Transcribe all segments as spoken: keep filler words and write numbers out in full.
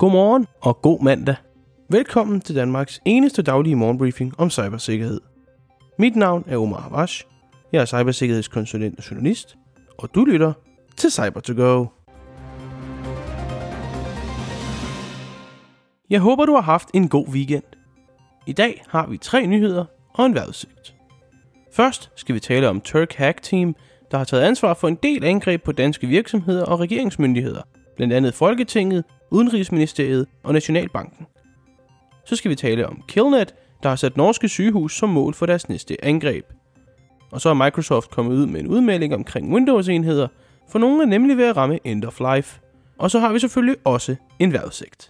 Godmorgen og god mandag. Velkommen til Danmarks eneste daglige morgenbriefing om cybersikkerhed. Mit navn er Omar Havash. Jeg er cybersikkerhedskonsulent og journalist, og du lytter til Cyber to Go. Jeg håber, du har haft en god weekend. I dag har vi tre nyheder og en vejrudsigt. Først skal vi tale om Turk Hack Team, der har taget ansvar for en del angreb på danske virksomheder og regeringsmyndigheder, blandt andet Folketinget, Udenrigsministeriet og Nationalbanken. Så skal vi tale om Killnet, der har sat norske sygehus som mål for deres næste angreb. Og så er Microsoft kommet ud med en udmelding omkring Windows-enheder, for nogle er nemlig ved at ramme end of life. Og så har vi selvfølgelig også en vejrudsigt.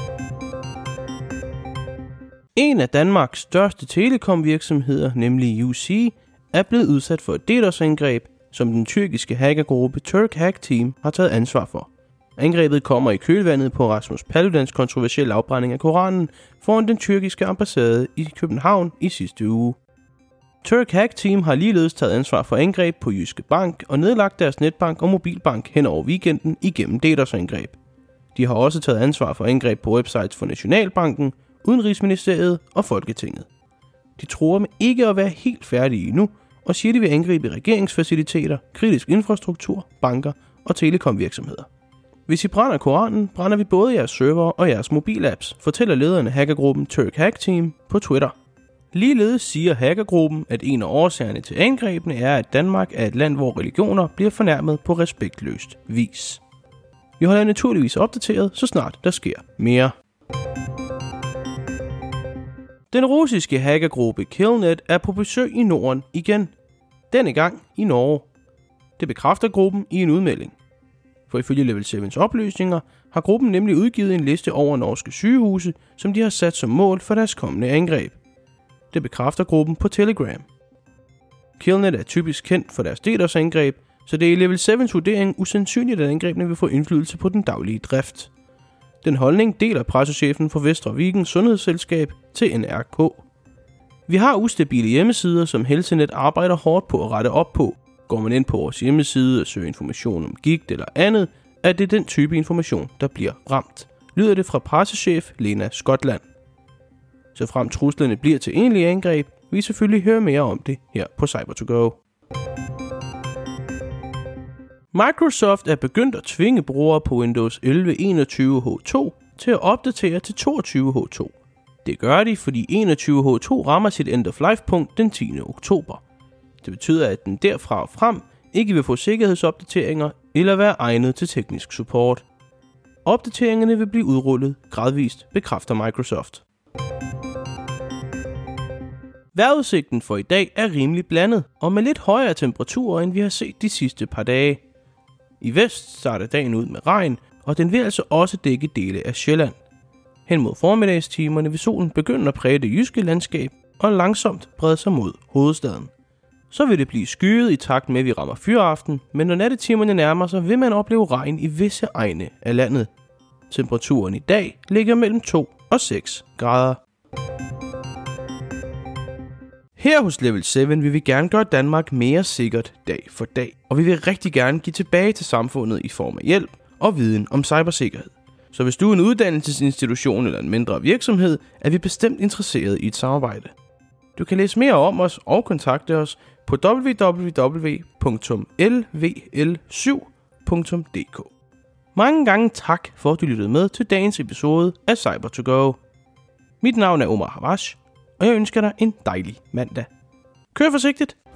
En af Danmarks største telekom-virksomheder, nemlig U C, er blevet udsat for et DDoS-angreb, som den tyrkiske hackergruppe Turk Hack Team har taget ansvar for. Angrebet kommer i kølvandet på Rasmus Paludans kontroversielle afbrænding af Koranen foran den tyrkiske ambassade i København i sidste uge. Turk Hack Team har ligeledes taget ansvar for angreb på Jyske Bank og nedlagt deres netbank og mobilbank hen over weekenden igennem DDoS-angreb. De har også taget ansvar for angreb på websites for Nationalbanken, Udenrigsministeriet og Folketinget. De tror med ikke at være helt færdige endnu, og siger, de vil angribe regeringsfaciliteter, kritisk infrastruktur, banker og telekomvirksomheder. Hvis I brænder Koranen, brænder vi både jeres server og jeres mobilapps, fortæller lederen af hackergruppen Turk Hack Team på Twitter. Ligeledes siger hackergruppen, at en af årsagerne til angrebene er, at Danmark er et land, hvor religioner bliver fornærmet på respektløst vis. Vi holder naturligvis opdateret, så snart der sker mere. Den russiske hackergruppe Killnet er på besøg i Norden igen. Denne gang i Norge. Det bekræfter gruppen i en udmelding. For ifølge Level syv's oplysninger har gruppen nemlig udgivet en liste over norske sygehuse, som de har sat som mål for deres kommende angreb. Det bekræfter gruppen på Telegram. Killnet er typisk kendt for deres DDoS-angreb, så det er i Level syv's vurdering usandsynligt, at angrebene vil få indflydelse på den daglige drift. Den holdning deler pressechefen for Vestre Viken Sundhedsselskab til N R K. Vi har ustabile hjemmesider, som Helsenet arbejder hårdt på at rette op på. Går man ind på vores hjemmeside og søger information om gigt eller andet, er det den type information, der bliver ramt, lyder det fra pressechef Lena Skotland. Så frem truslerne bliver til egentlige angreb, vil I selvfølgelig høre mere om det her på Cyber to Go. Microsoft er begyndt at tvinge brugere på Windows elleve enogtyve H to til at opdatere til toogtyve H to. Det gør de, fordi enogtyve H to rammer sit end of life punkt den tiende oktober. Det betyder, at den derfra og frem ikke vil få sikkerhedsopdateringer eller være egnet til teknisk support. Opdateringerne vil blive udrullet gradvist, bekræfter Microsoft. Vejrudsigten for i dag er rimelig blandet, og med lidt højere temperaturer, end vi har set de sidste par dage. I vest starter dagen ud med regn, og den vil altså også dække dele af Sjælland. Hen mod formiddagstimerne vil solen begynde at præge det jyske landskab og langsomt brede sig mod hovedstaden. Så vil det blive skyet i takt med, at vi rammer fyraften, men når nattetimerne nærmer sig, vil man opleve regn i visse egne af landet. Temperaturen i dag ligger mellem to og seks grader. Her hos Level syv vil vi gerne gøre Danmark mere sikkert dag for dag, og vi vil rigtig gerne give tilbage til samfundet i form af hjælp og viden om cybersikkerhed. Så hvis du er en uddannelsesinstitution eller en mindre virksomhed, er vi bestemt interesseret i et samarbejde. Du kan læse mere om os og kontakte os på w w w punktum l v l syv punktum d k. Mange gange tak for at du lyttede med til dagens episode af Cyber to Go. Mit navn er Omar Havash, og jeg ønsker dig en dejlig mandag. Kør forsigtigt!